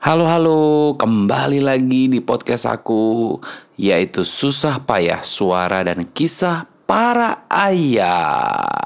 Halo, kembali lagi di podcast aku, yaitu Susah Payah, Suara dan Kisah Para Ayah.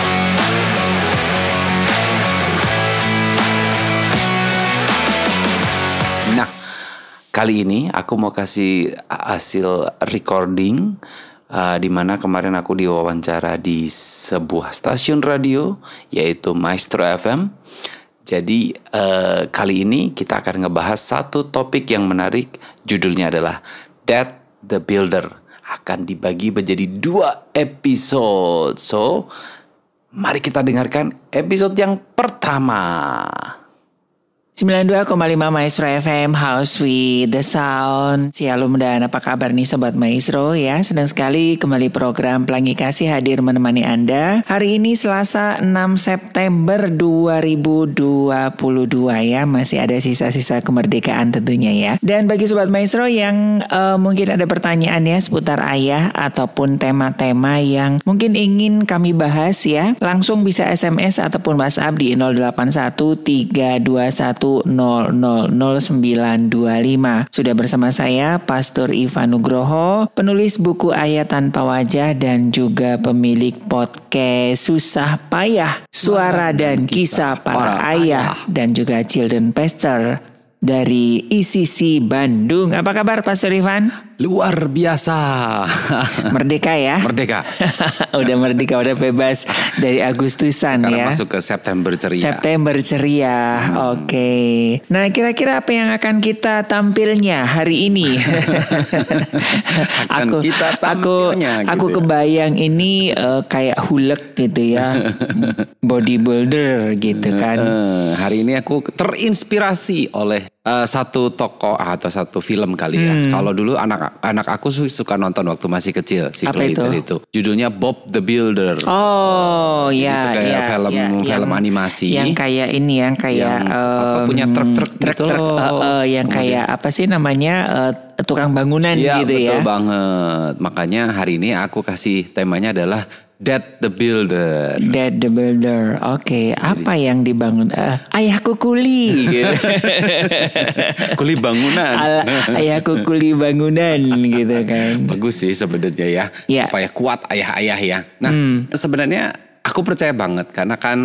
Nah, kali ini aku mau kasih hasil recording di mana kemarin aku diwawancara di sebuah stasiun radio, yaitu Maestro FM. Jadi kali ini kita akan ngebahas satu topik yang menarik. Judulnya adalah Dad the Builder. Akan dibagi menjadi 2 episode. So, mari kita dengarkan episode yang pertama. 92,5 Maestro FM, House with the Sound. Shalom dan apa kabar nih Sobat Maestro ya. Senang sekali kembali program Pelangi Kasih hadir menemani Anda. Hari ini Selasa 6 September 2022 ya. Masih ada sisa-sisa kemerdekaan tentunya ya. Dan bagi Sobat Maestro yang mungkin ada pertanyaan ya seputar ayah ataupun tema-tema yang mungkin ingin kami bahas ya, langsung bisa SMS ataupun WhatsApp di 081321 000925. Sudah bersama saya Pastor Ivan Nugroho, penulis buku Ayah Tanpa Wajah dan juga pemilik podcast Susah Payah, Suara dan Kisah Para Ayah dan juga Children Pastor dari ICC Bandung. Apa kabar Pastor Ivan? Luar biasa. Merdeka ya? Merdeka. Udah merdeka, udah bebas dari Agustusan. Sekarang ya. masuk ke September ceria. September ceria. Oke. Nah, kira-kira apa yang akan kita tampilnya hari ini? Aku kebayang ini kayak hulek gitu ya. Bodybuilder gitu kan. Hari ini aku terinspirasi oleh satu tokoh atau satu film kali ya. Kalau dulu anak aku suka nonton waktu masih kecil si Clayton itu. Judulnya Bob the Builder. Oh ya. Itu kayak film animasi. Yang kayak ini yang kayak punya truk gitu loh. Yang kayak apa sih namanya tukang bangunan gitu ya. Betul banget. Makanya hari ini aku kasih temanya adalah Dad the Builder. Dad the Builder. Oke. Apa yang dibangun? Ayahku kuli. Gitu. Kuli bangunan. Ayahku kuli bangunan gitu kan. Bagus sih sebenarnya ya. Supaya kuat ayah-ayah ya. Nah, sebenarnya aku percaya banget karena kan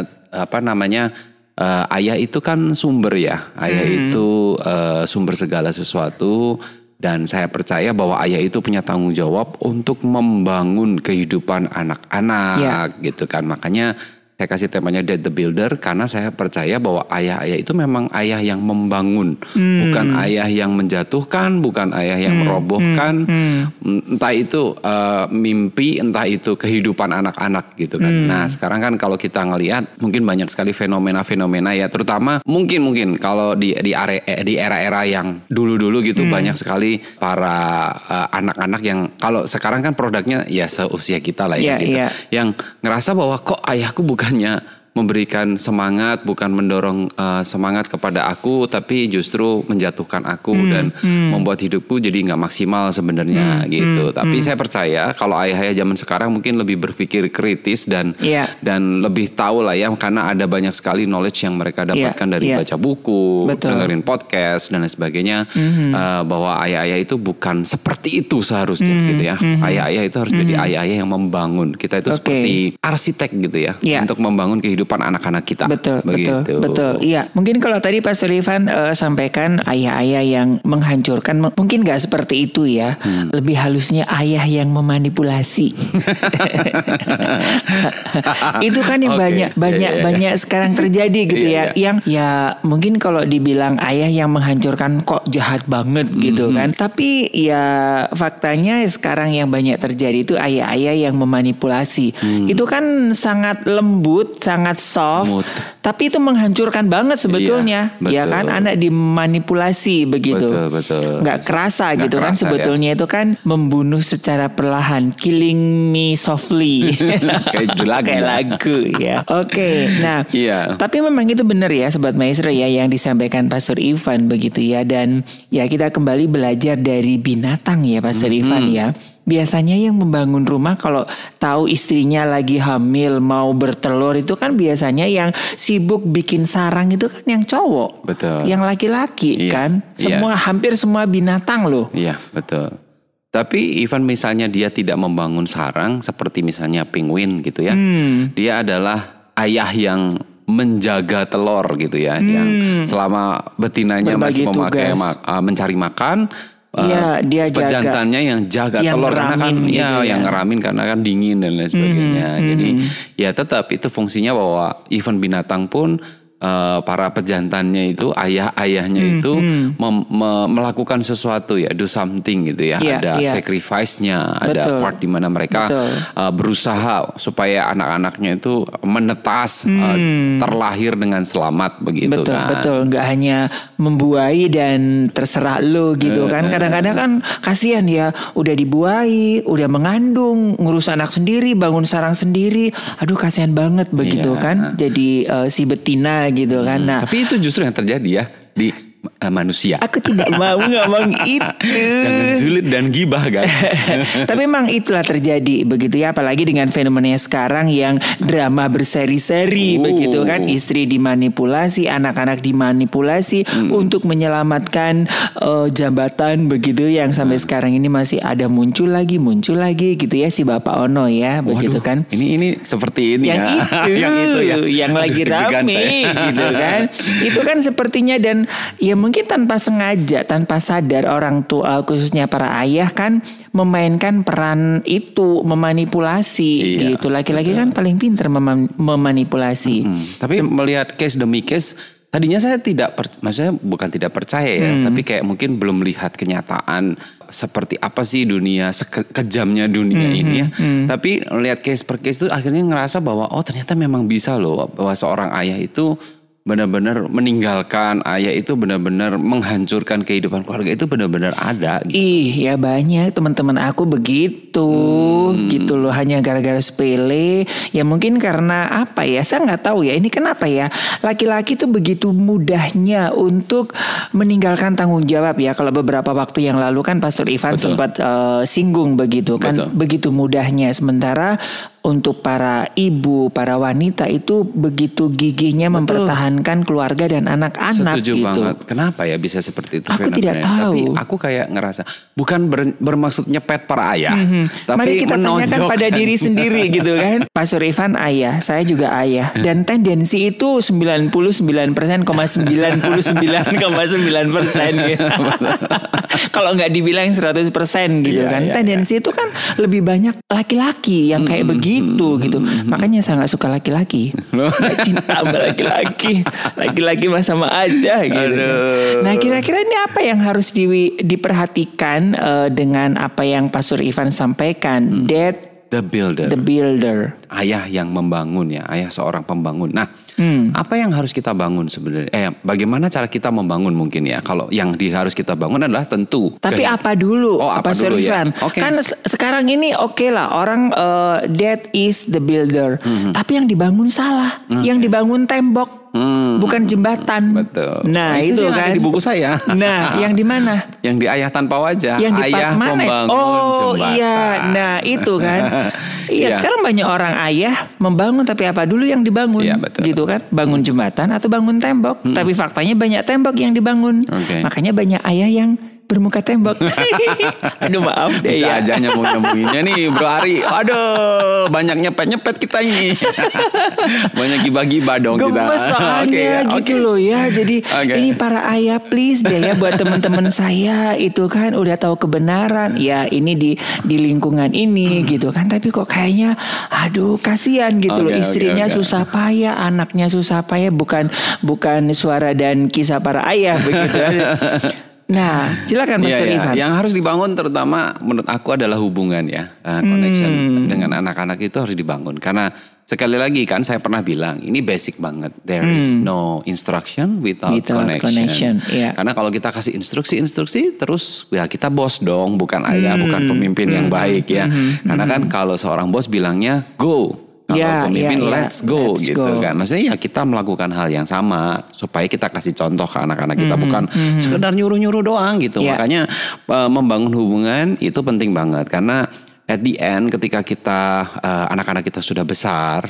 ayah itu kan sumber ya. Ayah itu sumber segala sesuatu. Dan saya percaya bahwa ayah itu punya tanggung jawab untuk membangun kehidupan anak-anak gitu kan. Makanya saya kasih temanya Dad the Builder karena saya percaya bahwa ayah-ayah itu memang ayah yang membangun. Bukan ayah yang menjatuhkan, bukan ayah yang merobohkan. Entah itu mimpi, entah itu kehidupan anak-anak gitu kan. Nah sekarang kan kalau kita ngelihat mungkin banyak sekali fenomena-fenomena ya. Terutama mungkin kalau di era-era yang dulu-dulu gitu banyak sekali para anak-anak yang kalau sekarang kan produknya ya seusia kita lah ya gitu. Yang ngerasa bahwa kok ayahku bukannya memberikan semangat, bukan mendorong semangat kepada aku, tapi justru menjatuhkan aku dan membuat hidupku jadi nggak maksimal sebenarnya gitu. Tapi saya percaya kalau ayah-ayah zaman sekarang mungkin lebih berpikir kritis dan lebih tahu lah ya, karena ada banyak sekali knowledge yang mereka dapatkan dari baca buku, dengerin podcast dan lain sebagainya, bahwa ayah-ayah itu bukan seperti itu seharusnya gitu ya. Ayah-ayah itu harus jadi ayah-ayah yang membangun. Kita itu seperti arsitek gitu ya, untuk membangun kehidupan anak-anak kita. Betul. Iya, mungkin kalau tadi Pastor Ivan sampaikan ayah-ayah yang menghancurkan, mungkin nggak seperti itu ya. Lebih halusnya ayah yang memanipulasi. Itu kan yang banyak sekarang terjadi gitu ya. Yang ya mungkin kalau dibilang ayah yang menghancurkan kok jahat banget gitu kan. Tapi ya faktanya sekarang yang banyak terjadi itu ayah-ayah yang memanipulasi. Itu kan sangat lembut, sangat soft, smooth. Tapi itu menghancurkan banget sebetulnya. Ya kan, anak dimanipulasi begitu. Betul. Nggak kerasa gitu kan sebetulnya itu kan membunuh secara perlahan, killing me softly. Kayak lagu ya. Oke. Nah, tapi memang itu benar ya Sobat Maestro ya yang disampaikan Pastor Ivan begitu ya, dan ya kita kembali belajar dari binatang ya Pastor Ivan ya. Biasanya yang membangun rumah kalau tahu istrinya lagi hamil mau bertelur itu kan biasanya yang si sibuk bikin sarang itu kan yang cowok. Betul. Yang laki-laki kan. Hampir semua binatang loh. Iya, betul. Tapi even misalnya dia tidak membangun sarang seperti misalnya penguin gitu ya. Dia adalah ayah yang menjaga telur gitu ya. Yang selama betinanya berbagi masih mencari makan. Dia pejantannya yang jaga telur karena kan yang ngeramin karena kan dingin dan lain sebagainya. Jadi ya tetap itu fungsinya bahwa even binatang pun para pejantannya itu ayahnya itu melakukan sesuatu ya, do something gitu ya. Ada sacrifice-nya, ada part di mana mereka berusaha supaya anak-anaknya itu menetas, terlahir dengan selamat begitu kan. Betul, nggak hanya membuai dan terserah lo gitu kan. Kadang-kadang kan kasihan ya, udah dibuai, udah mengandung, ngurus anak sendiri, bangun sarang sendiri. Aduh kasihan banget begitu kan. Jadi si betina gitu kan. Nah, tapi itu justru yang terjadi ya di manusia. Aku tidak mau ngomong itu. Jangan julid dan gibah guys. Tapi memang itulah terjadi begitu ya, apalagi dengan fenomenanya sekarang yang drama berseri-seri begitu kan, istri dimanipulasi, anak-anak dimanipulasi untuk menyelamatkan jabatan begitu yang sampai sekarang ini masih ada muncul lagi gitu ya si Bapak Ono ya. Begitu kan. Ini seperti ini yang ya. yang itu ya. Yang lagi rame gitu kan. Itu kan sepertinya dan ya mungkin tanpa sengaja, tanpa sadar orang tua khususnya para ayah kan memainkan peran itu, memanipulasi gitu. Laki-laki kan paling pintar memanipulasi. Tapi melihat case demi case, tadinya saya maksudnya bukan tidak percaya ya, tapi kayak mungkin belum melihat kenyataan seperti apa sih dunia, kejamnya dunia ini ya. Tapi melihat case per case itu akhirnya ngerasa bahwa ternyata memang bisa loh, bahwa seorang ayah itu benar-benar meninggalkan, ayah itu benar-benar menghancurkan kehidupan keluarga itu benar-benar ada gitu. Ya banyak teman-teman aku begitu gitu loh, hanya gara-gara sepele. Ya mungkin karena apa ya, saya nggak tahu ya ini kenapa ya, laki-laki tuh begitu mudahnya untuk meninggalkan tanggung jawab ya. Kalau beberapa waktu yang lalu kan Pastor Ivan sempat singgung begitu kan, begitu mudahnya. Sementara untuk para ibu, para wanita itu begitu gigihnya mempertahankan keluarga dan anak-anak. Setuju gitu. banget. Kenapa ya bisa seperti itu? Aku tidak tahu. Tapi aku kayak ngerasa bukan bermaksud nyepet para ayah, tapi mari kita tanyakan pada diri sendiri gitu kan. Pastor Ivan ayah, saya juga ayah, dan tendensi itu 99,99,9% gitu. Kalau nggak dibilang 100% gitu kan. Tendensi itu kan lebih banyak laki-laki yang kayak begitu. Gitu. Makanya saya gak suka laki-laki. Gak cinta sama laki-laki. Laki-laki mah sama aja gitu. Nah kira-kira ini apa yang harus diperhatikan dengan apa yang Pastor Ivan sampaikan? The builder. Ayah yang membangun ya. Ayah seorang pembangun. Nah apa yang harus kita bangun sebenarnya? Bagaimana cara kita membangun mungkin ya? Kalau yang harus kita bangun adalah tentu. Tapi apa dulu? Apa dulu ya? Kan sekarang ini oke lah orang that is the builder. Tapi yang dibangun salah. Yang dibangun tembok. Bukan jembatan. Betul. Nah itu kan ada di buku saya. Nah yang di mana? Yang di Ayah Tanpa Wajah. Yang di ayah mana? Membangun jembatan. Iya. Nah itu kan. Iya sekarang banyak orang ayah membangun tapi apa dulu yang dibangun? Iya, betul. Gitu kan. Bangun jembatan atau bangun tembok. Tapi faktanya banyak tembok yang dibangun. Makanya banyak ayah yang bermuka tembok. Aduh maaf deh bisa ya. aja nyambung-nyambunginnya nih Bro Ari. Aduh banyak nyepet-nyepet kita ini. Banyak gibah-gibah dong kita. Gemes soalnya gitu loh ya. Jadi ini para ayah please deh ya buat teman-teman saya itu kan udah tahu kebenaran. Ya ini di lingkungan ini gitu kan. Tapi kok kayaknya aduh kasihan gitu loh. Istrinya susah payah, anaknya susah payah. Bukan suara dan kisah para ayah begitu. Nah, silakan Mas Ivan. Yang harus dibangun terutama menurut aku adalah hubungan ya, connection dengan anak-anak itu harus dibangun. Karena sekali lagi kan saya pernah bilang ini basic banget. There is no instruction without connection. Yeah. Karena kalau kita kasih instruksi terus ya kita bos dong, bukan ayah, bukan pemimpin yang baik ya. Karena kan kalau seorang bos bilangnya go. Kalau pemimpin let's go gitu kan. Maksudnya ya kita melakukan hal yang sama supaya kita kasih contoh ke anak-anak kita, bukan sekedar nyuruh-nyuruh doang gitu. Makanya membangun hubungan itu penting banget karena at the end ketika kita anak-anak kita sudah besar,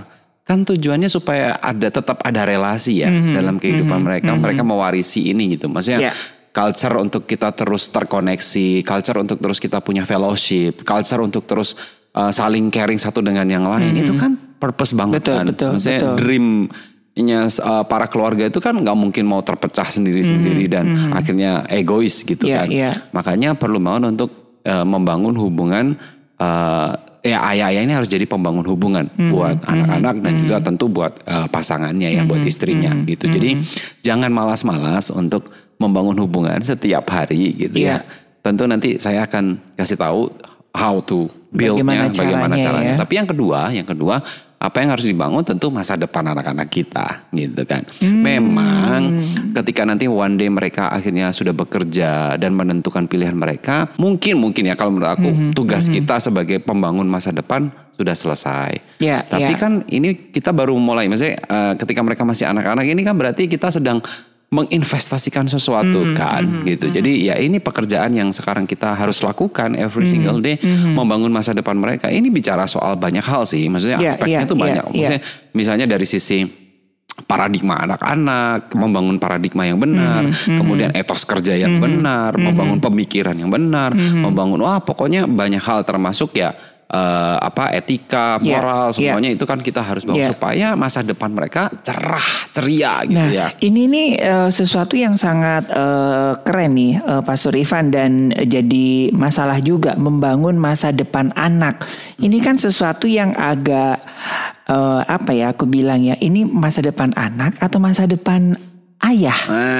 kan tujuannya supaya tetap ada relasi ya dalam kehidupan mereka. Mereka mewarisi ini gitu. Maksudnya culture untuk kita terus terkoneksi, culture untuk terus kita punya fellowship, culture untuk terus saling caring satu dengan yang lain. Itu kan purpose banget kan. Maksudnya dreamnya para keluarga itu kan nggak mungkin mau terpecah sendiri-sendiri dan akhirnya egois gitu kan. Makanya perlu banget untuk membangun hubungan. Ayah-ayah ini harus jadi pembangun hubungan buat anak-anak dan juga tentu buat pasangannya ya, buat istrinya gitu. Jadi jangan malas-malas untuk membangun hubungan setiap hari gitu ya. Tentu nanti saya akan kasih tahu how to build-nya, bagaimana caranya. Ya. Tapi yang kedua apa yang harus dibangun tentu masa depan anak-anak kita gitu kan. Memang ketika nanti one day mereka akhirnya sudah bekerja dan menentukan pilihan mereka, mungkin ya kalau menurut aku tugas kita sebagai pembangun masa depan sudah selesai. Tapi kan ini kita baru mulai, maksudnya ketika mereka masih anak-anak ini kan berarti kita sedang menginvestasikan sesuatu kan gitu. Jadi ya ini pekerjaan yang sekarang kita harus lakukan every single day, membangun masa depan mereka. Ini bicara soal banyak hal sih, maksudnya aspeknya itu banyak. Maksudnya misalnya dari sisi paradigma anak-anak, membangun paradigma yang benar, kemudian etos kerja yang benar, membangun pemikiran yang benar, membangun pokoknya banyak hal termasuk ya etika, moral, semuanya itu kan kita harus bawa supaya masa depan mereka cerah, ceria gitu ya. Ini nih sesuatu yang sangat keren nih Pastor Ivan, dan jadi masalah juga membangun masa depan anak. Ini kan sesuatu yang agak aku bilang ya, ini masa depan anak atau masa depan ayah?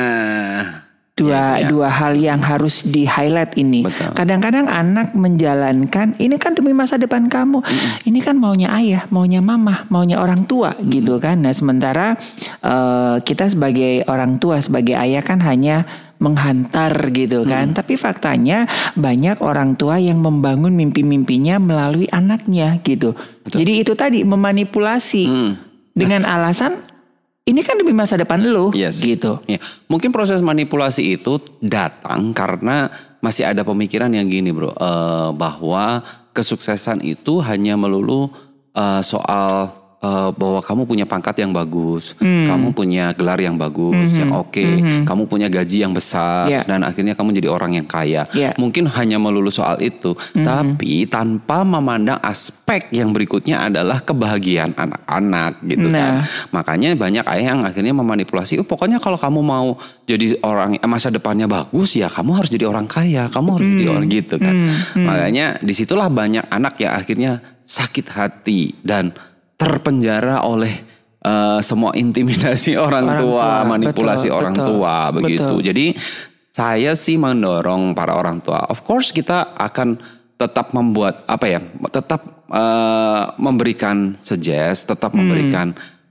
Dua hal yang harus di highlight ini. Betul. Kadang-kadang anak menjalankan ini kan demi masa depan kamu. Ini kan maunya ayah, maunya mama, maunya orang tua gitu kan. Nah sementara kita sebagai orang tua, sebagai ayah kan hanya menghantar gitu kan. Tapi faktanya banyak orang tua yang membangun mimpi-mimpinya melalui anaknya gitu. Betul. Jadi itu tadi memanipulasi dengan alasan ini kan demi masa depan lo, gitu. Ya. Mungkin proses manipulasi itu datang karena masih ada pemikiran yang gini bro, bahwa kesuksesan itu hanya melulu soal bahwa kamu punya pangkat yang bagus, kamu punya gelar yang bagus, yang oke, kamu punya gaji yang besar, dan akhirnya kamu jadi orang yang kaya. Mungkin hanya melulu soal itu, tapi tanpa memandang aspek yang berikutnya adalah kebahagiaan anak-anak gitu kan. Makanya banyak ayah yang akhirnya memanipulasi, pokoknya kalau kamu mau jadi orang masa depannya bagus ya kamu harus jadi orang kaya, kamu harus jadi orang gitu kan. Makanya disitulah banyak anak yang akhirnya sakit hati dan terpenjara oleh semua intimidasi orang tua, manipulasi orang tua begitu. Jadi saya sih mendorong para orang tua. Of course kita akan tetap membuat tetap memberikan suggest, tetap memberikan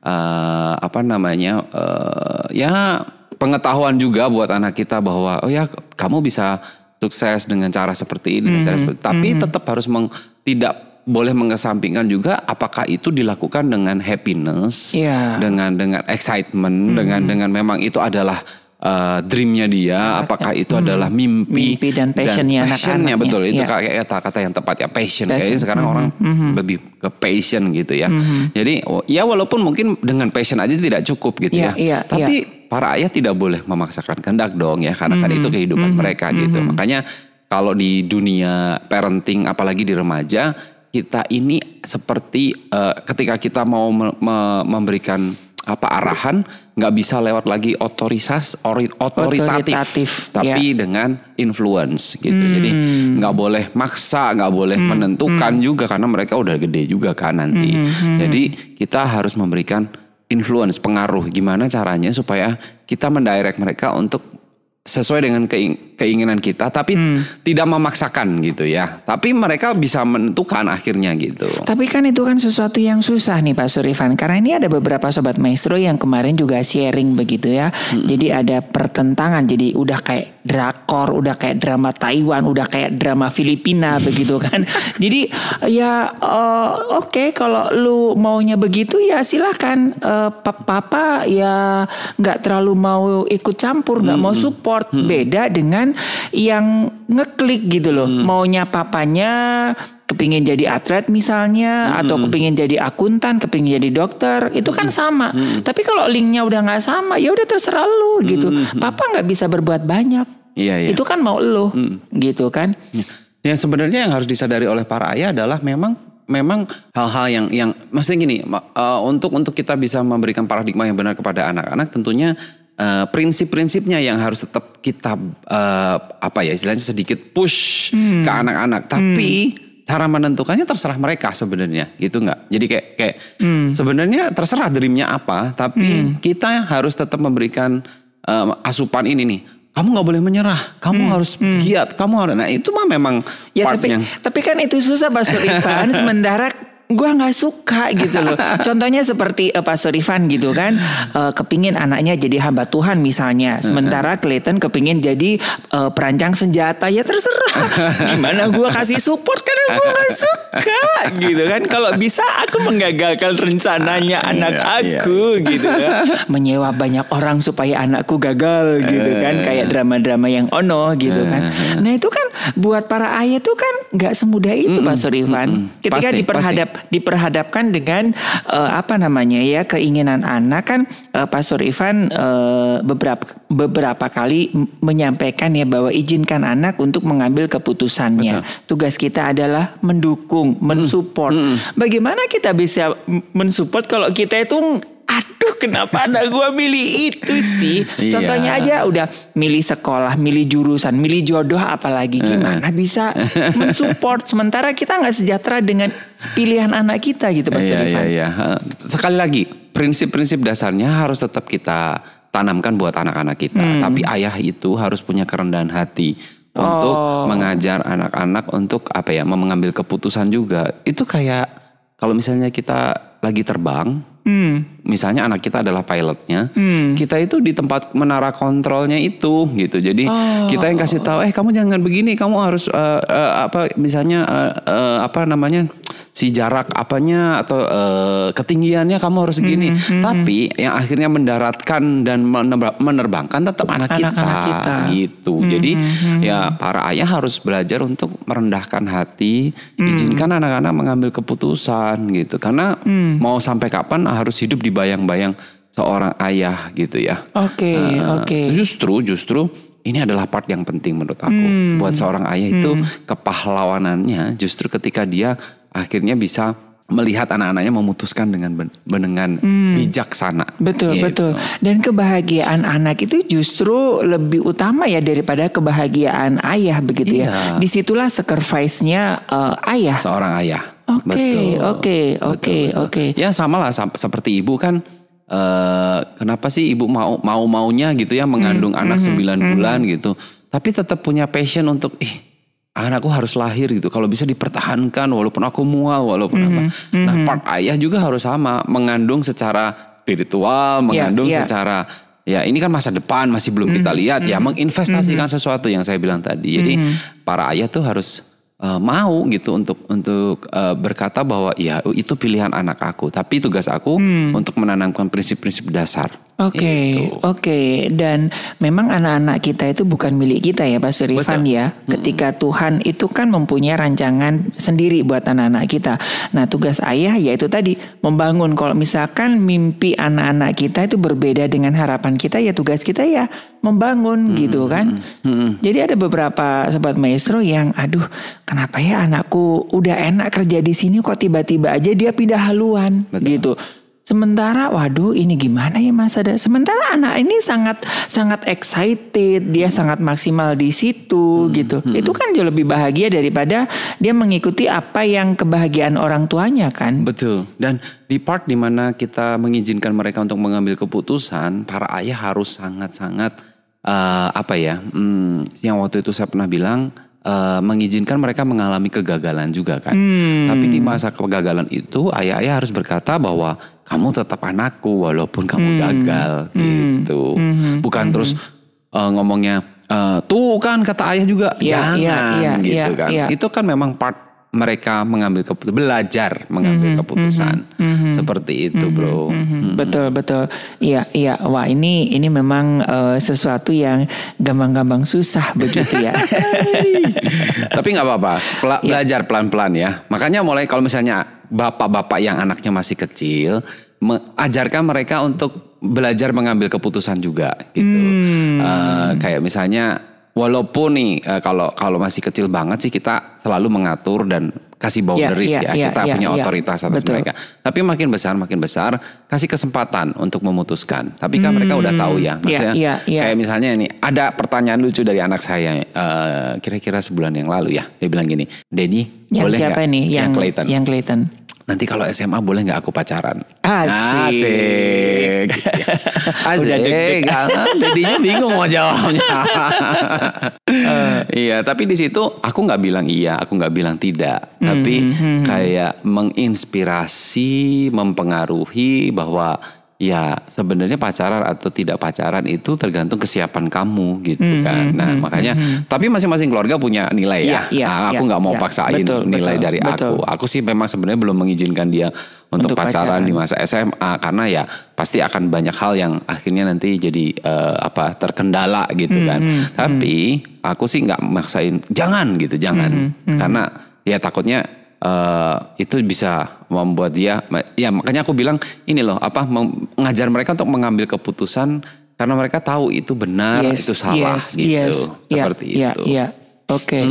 pengetahuan juga buat anak kita bahwa kamu bisa sukses dengan cara seperti ini, dengan cara seperti itu. Tapi tetap harus tidak boleh mengesampingkan juga apakah itu dilakukan dengan happiness, dengan excitement, dengan memang itu adalah dreamnya dia, apakah itu adalah mimpi dan passionnya anak-anaknya. Betul, itu kayak kata yang tepat ya, passion. Kayaknya sekarang orang lebih ke passion gitu ya. Jadi ya walaupun mungkin dengan passion aja tidak cukup gitu ya. Tapi para ayah tidak boleh memaksakan kehendak dong ya, karena kan itu kehidupan mereka gitu. Makanya kalau di dunia parenting apalagi di remaja, kita ini seperti ketika kita mau memberikan arahan, nggak bisa lewat lagi otoritatif, tapi dengan influence gitu. Jadi nggak boleh maksa, nggak boleh menentukan juga karena mereka udah gede juga kan nanti. Jadi kita harus memberikan influence, pengaruh. Gimana caranya supaya kita mendirect mereka untuk sesuai dengan keinginan kita, tapi tidak memaksakan gitu ya. Tapi mereka bisa menentukan akhirnya gitu. Tapi kan itu kan sesuatu yang susah nih Pak Surivan. Karena ini ada beberapa Sobat Maestro yang kemarin juga sharing begitu ya. Jadi ada pertentangan, jadi udah kayak drakor, udah kayak drama Taiwan, udah kayak drama Filipina begitu kan. Jadi ya oke, kalau lu maunya begitu ya silakan. Papa ya gak terlalu mau ikut campur, gak mau support. Beda dengan yang ngeklik gitu loh. Maunya papanya kepingin jadi atlet misalnya, atau kepingin jadi akuntan, kepingin jadi dokter, itu kan sama. Tapi kalau linknya udah nggak sama, ya udah terserah lu gitu. Papa nggak bisa berbuat banyak. Iya. Itu kan mau lu, gitu kan? Ya sebenarnya yang harus disadari oleh para ayah adalah memang hal-hal yang maksudnya gini, untuk kita bisa memberikan paradigma yang benar kepada anak-anak, tentunya prinsip-prinsipnya yang harus tetap kita istilahnya sedikit push ke anak-anak. Tapi cara menentukannya terserah mereka sebenarnya, gitu nggak? Jadi kayak sebenarnya terserah dreamnya apa, tapi kita harus tetap memberikan asupan ini nih. Kamu nggak boleh menyerah, kamu harus giat, kamu harus. Nah itu mah memang ya, partnya. Tapi kan itu susah Pastor Ivan. Sementara gue nggak suka gitu loh. Contohnya seperti Pastor Ivan gitu kan, kepingin anaknya jadi hamba Tuhan misalnya. Sementara Clayton kepingin jadi perancang senjata. Ya terserah. Gimana gue kasih support karena gue nggak suka gitu kan. Kalau bisa aku menggagalkan rencananya anak aku gitu kan. Menyewa banyak orang supaya anakku gagal gitu kan. Kayak drama-drama yang ono gitu kan. Nah itu kan buat para ayah tuh kan nggak semudah itu Pastor Ivan. Ketika diperhadapkan dengan keinginan anak kan, Pastor Ivan beberapa kali menyampaikan ya bahwa izinkan anak untuk mengambil keputusannya. Betul. Tugas kita adalah mendukung, mensupport. Bagaimana kita bisa mensupport kalau kita itu aduh kenapa anak gue milih itu sih. Contohnya aja udah milih sekolah, milih jurusan, milih jodoh, apalagi gimana bisa mensupport sementara kita gak sejahtera dengan pilihan anak kita gitu Pastor Ivan. Sekali lagi prinsip-prinsip dasarnya harus tetap kita tanamkan buat anak-anak kita. Tapi ayah itu harus punya kerendahan hati untuk mengajar anak-anak untuk mengambil keputusan juga. Itu kayak kalau misalnya kita lagi terbang, misalnya anak kita adalah pilotnya, kita itu di tempat menara kontrolnya itu gitu. Jadi kita yang kasih tahu, kamu jangan begini, kamu harus si jarak apanya atau ketinggiannya kamu harus segini. Tapi yang akhirnya mendaratkan dan menerbangkan tetap anak kita gitu. Jadi ya para ayah harus belajar untuk merendahkan hati, izinkan anak-anak mengambil keputusan gitu. Karena mau sampai kapan harus hidup di bayang-bayang seorang ayah gitu ya. Oke. Justru ini adalah part yang penting menurut aku. Buat seorang ayah itu kepahlawanannya justru ketika dia akhirnya bisa melihat anak-anaknya memutuskan dengan bijaksana. Betul. Dan kebahagiaan anak itu justru lebih utama ya daripada kebahagiaan ayah begitu ya. Disitulah sacrifice-nya ayah. Seorang ayah. Oke. Ya sama lah seperti ibu kan. Kenapa sih ibu maunya gitu ya mengandung anak 9 bulan gitu. Tapi tetap punya passion untuk anakku harus lahir gitu. Kalau bisa dipertahankan walaupun aku mual, walaupun apa. Nah part ayah juga harus sama. Mengandung secara spiritual, mengandung secara ini kan masa depan masih belum kita lihat ya. Menginvestasikan sesuatu yang saya bilang tadi. Jadi para ayah tuh harus mau gitu untuk berkata bahwa ya itu pilihan anak aku. Tapi tugas aku untuk menanamkan prinsip-prinsip dasar. Oke. Dan memang anak-anak kita itu bukan milik kita ya Pastor Ivan ya. Ketika Tuhan itu kan mempunyai rancangan sendiri buat anak-anak kita. Nah tugas ayah yaitu tadi membangun. Kalau misalkan mimpi anak-anak kita itu berbeda dengan harapan kita, ya tugas kita ya membangun gitu kan. Jadi ada beberapa sobat maestro yang kenapa ya anakku udah enak kerja di sini kok tiba-tiba aja dia pindah haluan gitu. Sementara ini gimana ya Mas ada. Sementara anak ini sangat excited, dia sangat maksimal di situ gitu. Itu kan jauh lebih bahagia daripada dia mengikuti apa yang kebahagiaan orang tuanya kan. Betul. Dan di part dimana kita mengizinkan mereka untuk mengambil keputusan, para ayah harus sangat-sangat yang waktu itu saya pernah bilang mengizinkan mereka mengalami kegagalan juga kan. Tapi di masa kegagalan itu ayah-ayah harus berkata bahwa kamu tetap anakku walaupun kamu gagal gitu. Bukan terus ngomongnya tuh kan kata ayah juga jangan gitu kan. Itu kan memang part mereka belajar mengambil keputusan. Seperti itu, bro. Betul. Iya. Wah, ini memang sesuatu yang gampang-gampang susah begitu ya. Tapi nggak apa-apa, belajar pelan-pelan ya. Makanya mulai kalau misalnya bapak-bapak yang anaknya masih kecil, ajarkan mereka untuk belajar mengambil keputusan juga gitu. Kayak misalnya walaupun nih kalau masih kecil banget sih kita selalu mengatur dan kasih boundaries kita punya otoritas atas mereka. Tapi makin besar kasih kesempatan untuk memutuskan. Tapi kan mereka udah tahu ya, maksudnya kayak misalnya ini ada pertanyaan lucu dari anak saya kira-kira sebulan yang lalu ya. Dia bilang gini, "Daddy, boleh nggak?" Yang Clayton. Nanti kalau SMA boleh nggak aku pacaran? Asik. Asik. Dedinya bingung mau jawabnya. Iya, tapi di situ aku nggak bilang iya, aku nggak bilang tidak. Tapi kayak menginspirasi, mempengaruhi bahwa ya sebenarnya pacaran atau tidak pacaran itu tergantung kesiapan kamu gitu kan. Nah makanya tapi masing-masing keluarga punya nilai ya. Aku nggak mau paksain nilai dari aku. Aku sih memang sebenarnya belum mengizinkan dia untuk pacaran di masa SMA karena ya pasti akan banyak hal yang akhirnya nanti jadi terkendala gitu kan. Tapi aku sih nggak maksain jangan karena ya takutnya itu bisa membuat dia ya makanya aku bilang ini loh mengajar mereka untuk mengambil keputusan karena mereka tahu itu benar itu salah gitu seperti itu. Oke.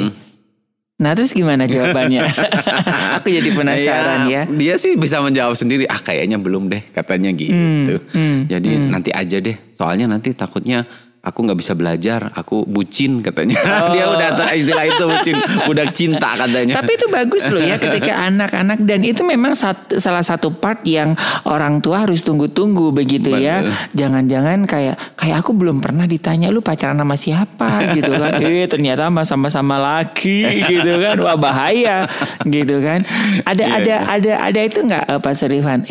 Nah terus gimana jawabannya? Aku jadi penasaran ya. Dia sih bisa menjawab sendiri kayaknya belum deh katanya gitu. Jadi nanti aja deh soalnya nanti takutnya aku nggak bisa belajar, aku bucin katanya. Dia udah istilah itu bucin, udah cinta katanya. Tapi itu bagus loh ya ketika anak-anak dan itu memang salah satu part yang orang tua harus tunggu-tunggu begitu ya. Jangan-jangan kayak aku belum pernah ditanya lu pacaran sama siapa gitu kan. Ternyata sama-sama laki gitu kan. Wah bahaya gitu kan. Ada itu nggak Pak Serifan?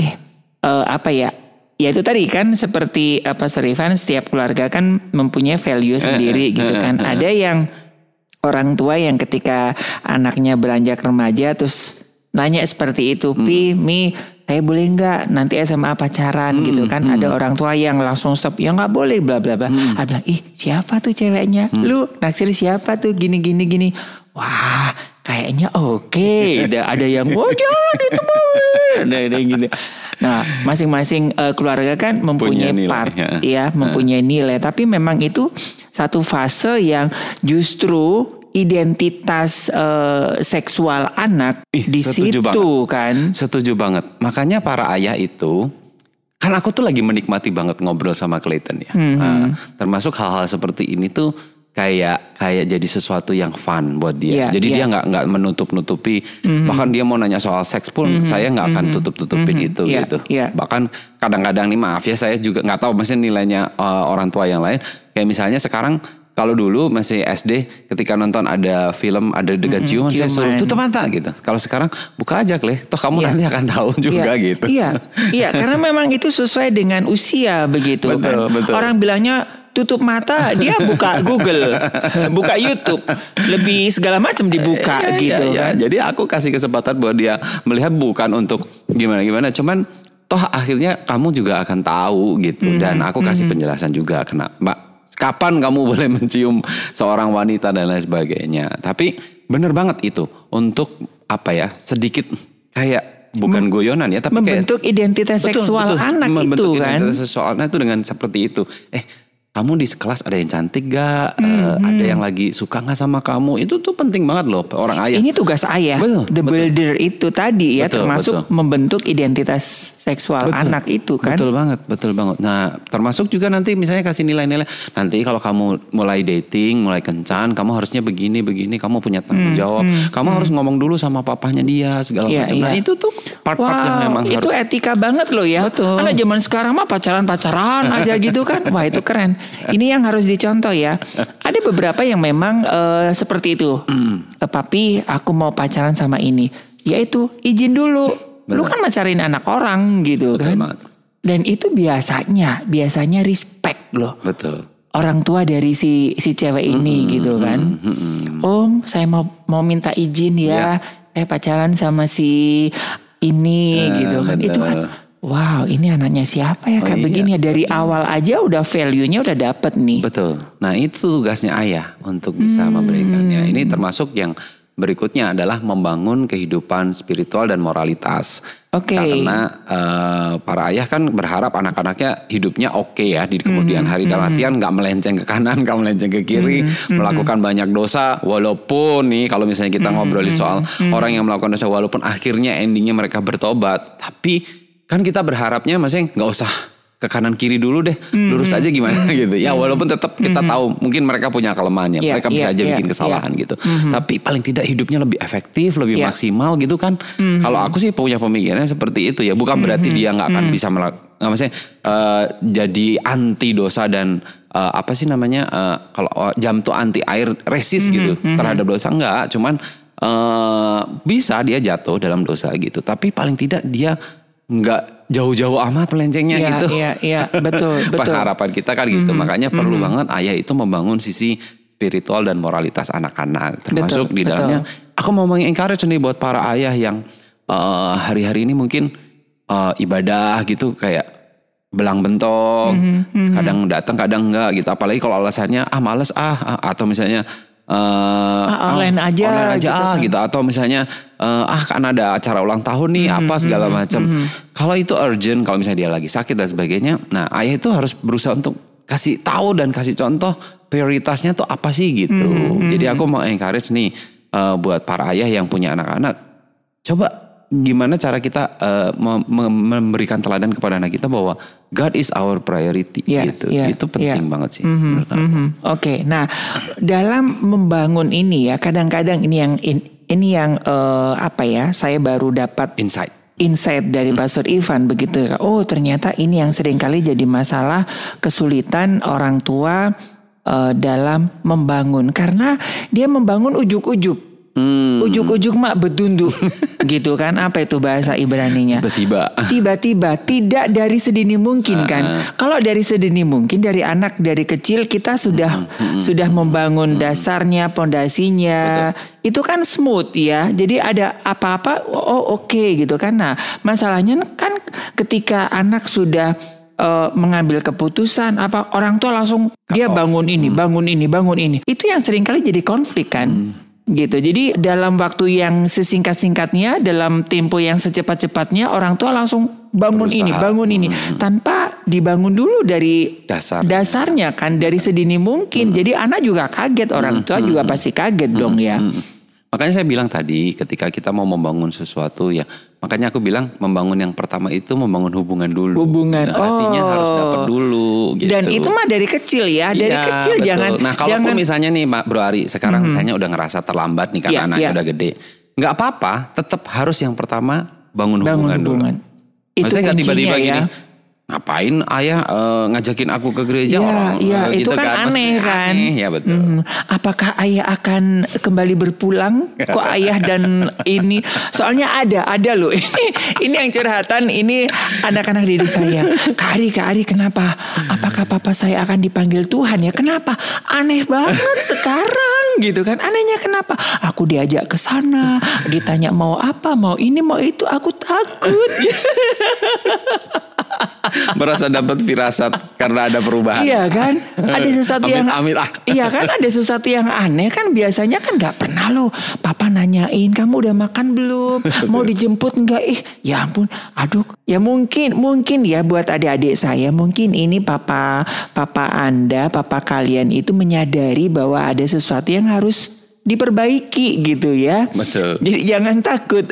Ya itu tadi kan seperti Serifan setiap keluarga kan mempunyai value sendiri gitu kan. Ada yang orang tua yang ketika anaknya beranjak remaja terus nanya seperti itu, Mi, saya boleh nggak nanti SMA pacaran gitu kan. Ada orang tua yang langsung stop, ya nggak boleh bla bla bla. Ada siapa tuh ceweknya? Lu naksir siapa tuh gini. Wah kayaknya oke. Ada yang jangan itu ada gini. Nah, masing-masing keluarga kan mempunyai part mempunyai nilai. Tapi memang itu satu fase yang justru identitas seksual anak di situ kan. Setuju banget. Makanya para ayah itu kan aku tuh lagi menikmati banget ngobrol sama Clayton ya. Termasuk hal-hal seperti ini tuh kayak jadi sesuatu yang fun buat dia. Jadi dia nggak menutup-nutupi. Bahkan dia mau nanya soal seks pun saya nggak akan tutup-tutupin itu gitu. Bahkan kadang-kadang nih maaf ya saya juga nggak tahu maksudnya nilainya orang tua yang lain. Kayak misalnya sekarang kalau dulu masih SD ketika nonton ada film ada adegan ciuman saya suruh tutup mata gitu. Kalau sekarang buka aja Clay, toh kamu nanti akan tahu juga gitu. Iya, karena memang itu sesuai dengan usia begitu kan. Betul. Orang bilangnya tutup mata, dia buka Google, buka YouTube, lebih segala macam dibuka gitu kan. Jadi aku kasih kesempatan buat dia melihat bukan untuk gimana-gimana, cuman toh akhirnya kamu juga akan tahu gitu. Dan aku kasih penjelasan juga kenapa, kapan kamu boleh mencium seorang wanita dan lain sebagainya. Tapi bener banget itu untuk sedikit kayak bukan goyonan ya, tapi membentuk identitas seksual anak itu kan. Identitas seksual anak itu dengan seperti itu. Kamu di kelas ada yang cantik gak? Ada yang lagi suka gak sama kamu? Itu tuh penting banget loh orang ayah. Ini tugas ayah. Builder itu tadi ya, termasuk membentuk identitas seksual anak itu kan. Betul banget. Nah termasuk juga nanti misalnya kasih nilai-nilai. Nanti kalau kamu mulai dating, mulai kencan, kamu harusnya begini. Kamu punya tanggung jawab. Kamu harus ngomong dulu sama papahnya dia segala macam. Nah itu tuh part-part yang memang itu harus. Itu etika banget loh ya. Anak zaman sekarang mah pacaran aja gitu kan. Wah itu keren. Ini yang harus dicontoh ya. Ada beberapa yang memang seperti itu. Papi, aku mau pacaran sama ini. Yaitu izin dulu. Lu kan pacarin anak orang gitu. Betul kan. Banget. Dan itu biasanya respect loh. Betul. Orang tua dari si cewek ini gitu kan. Om, saya mau minta izin ya. pacaran sama si ini gitu kan. betul. Itu kan wow, ini anaknya siapa ya kayak begini ya. Dari awal aja udah value-nya udah dapet nih. Betul. Nah itu tugasnya ayah untuk bisa memberikannya. Ini termasuk yang berikutnya adalah membangun kehidupan spiritual dan moralitas. Oke. Karena para ayah kan berharap anak-anaknya hidupnya oke ya di kemudian hari. Dalam artian gak melenceng ke kanan, gak melenceng ke kiri. Melakukan banyak dosa. Walaupun nih kalau misalnya kita ngobrolin soal orang yang melakukan dosa. Walaupun akhirnya endingnya mereka bertobat. Tapi kan kita berharapnya maksudnya gak usah ke kanan kiri dulu deh. Lurus aja gimana gitu. Ya walaupun tetap kita tahu mungkin mereka punya kelemahannya. Mereka bisa aja bikin kesalahan gitu. Tapi paling tidak hidupnya lebih efektif, lebih maksimal gitu kan. Kalau aku sih punya pemikirannya seperti itu ya. Bukan berarti dia gak akan bisa maksudnya jadi anti dosa dan apa sih namanya kalau jam tuh anti air resist gitu terhadap dosa. Enggak, cuman bisa dia jatuh dalam dosa gitu. Tapi paling tidak dia nggak jauh-jauh amat melencengnya gitu. Iya, betul. Harapan kita kan gitu. Makanya perlu banget ayah itu membangun sisi spiritual dan moralitas anak-anak. Termasuk di dalamnya. Aku mau mengencourage nih buat para ayah yang hari-hari ini mungkin ibadah gitu kayak belang bentong. Kadang datang, kadang enggak gitu. Apalagi kalau alasannya males atau misalnya online aja gitu. Atau misalnya kan ada acara ulang tahun nih apa segala macam. Kalau itu urgent, kalau misalnya dia lagi sakit dan sebagainya, nah ayah itu harus berusaha untuk kasih tahu dan kasih contoh prioritasnya tuh apa sih gitu. Jadi aku mau encourage nih buat para ayah yang punya anak-anak, coba gimana cara kita memberikan teladan kepada anak kita bahwa God is our priority gitu. Itu penting banget sih menurut aku. Oke, nah dalam membangun ini ya kadang-kadang ini yang apa ya, saya baru dapat insight dari Pastor Ivan begitu. Oh ternyata ini yang seringkali jadi masalah kesulitan orang tua dalam membangun, karena dia membangun ujuk-ujuk. Ujuk-ujuk mak betunduk gitu kan, apa itu bahasa Ibraninya, tiba-tiba tidak dari sedini mungkin kan. Kalau dari sedini mungkin dari anak dari kecil kita sudah membangun dasarnya, pondasinya. Itu kan smooth ya, jadi ada apa-apa oke gitu kan. Nah masalahnya kan ketika anak sudah mengambil keputusan orang tua langsung dia bangun ini, itu yang seringkali jadi konflik kan. Gitu. Jadi dalam waktu yang sesingkat-singkatnya, dalam tempo yang secepat-cepatnya, orang tua langsung bangun ini tanpa dibangun dulu dari dasarnya kan, dari sedini mungkin. Jadi anak juga kaget, orang tua juga pasti kaget dong ya. Makanya saya bilang tadi ketika kita mau membangun sesuatu ya, makanya aku bilang membangun yang pertama itu membangun hubungan dulu. Artinya harus dapat dulu gitu. Dan itu mah dari kecil ya, dari kecil betul. Jangan. Nah kalaupun misalnya nih Bro Ari sekarang misalnya udah ngerasa terlambat nih karena anaknya udah gede, nggak apa-apa, tetap harus yang pertama bangun hubungan dulu. Maksudnya nggak tiba-tiba gini. Ngapain ayah ngajakin aku ke gereja orang itu gitu kan aneh kan. Ya betul. Apakah ayah akan kembali berpulang? Kok ayah dan ini soalnya ada loh. Ini yang curhatan, ini anak-anak didik saya. Kak Ari kenapa? Apakah papa saya akan dipanggil Tuhan ya? Kenapa? Aneh banget sekarang gitu kan. Anehnya kenapa? Aku diajak ke sana, ditanya mau apa, mau ini, mau itu, aku takut. Merasa dapat firasat karena ada perubahan. Iya kan? Ada sesuatu Iya kan? Ada sesuatu yang aneh kan, biasanya kan nggak pernah loh. Papa nanyain kamu udah makan belum? Mau dijemput nggak? Ya ampun. Aduh. Ya mungkin ya buat adik-adik saya, mungkin ini papa Anda, papa kalian itu menyadari bahwa ada sesuatu yang harus diperbaiki gitu ya. Betul. Jadi jangan takut.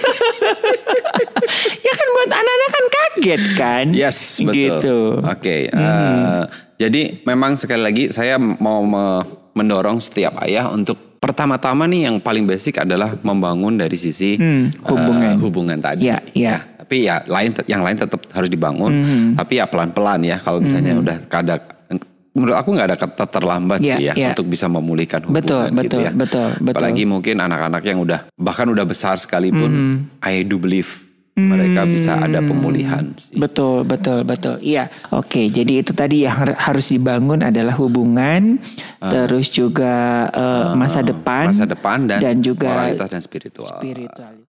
Ya kan buat anak-anak kan kaget kan. Yes betul gitu. Oke. Jadi memang sekali lagi saya mau mendorong setiap ayah untuk pertama-tama nih yang paling basic adalah membangun dari sisi hubungan tadi. Iya. Tapi ya yang lain tetap harus dibangun. Tapi ya pelan-pelan ya. Kalau misalnya udah menurut aku nggak ada kata terlambat sih ya untuk bisa memulihkan hubungan gitu ya. Betul. Apalagi mungkin anak-anak yang udah bahkan udah besar sekalipun, I do believe mereka bisa ada pemulihan sih. Betul. Iya. Oke, jadi itu tadi yang harus dibangun adalah hubungan, terus juga masa depan dan juga moralitas dan spiritual.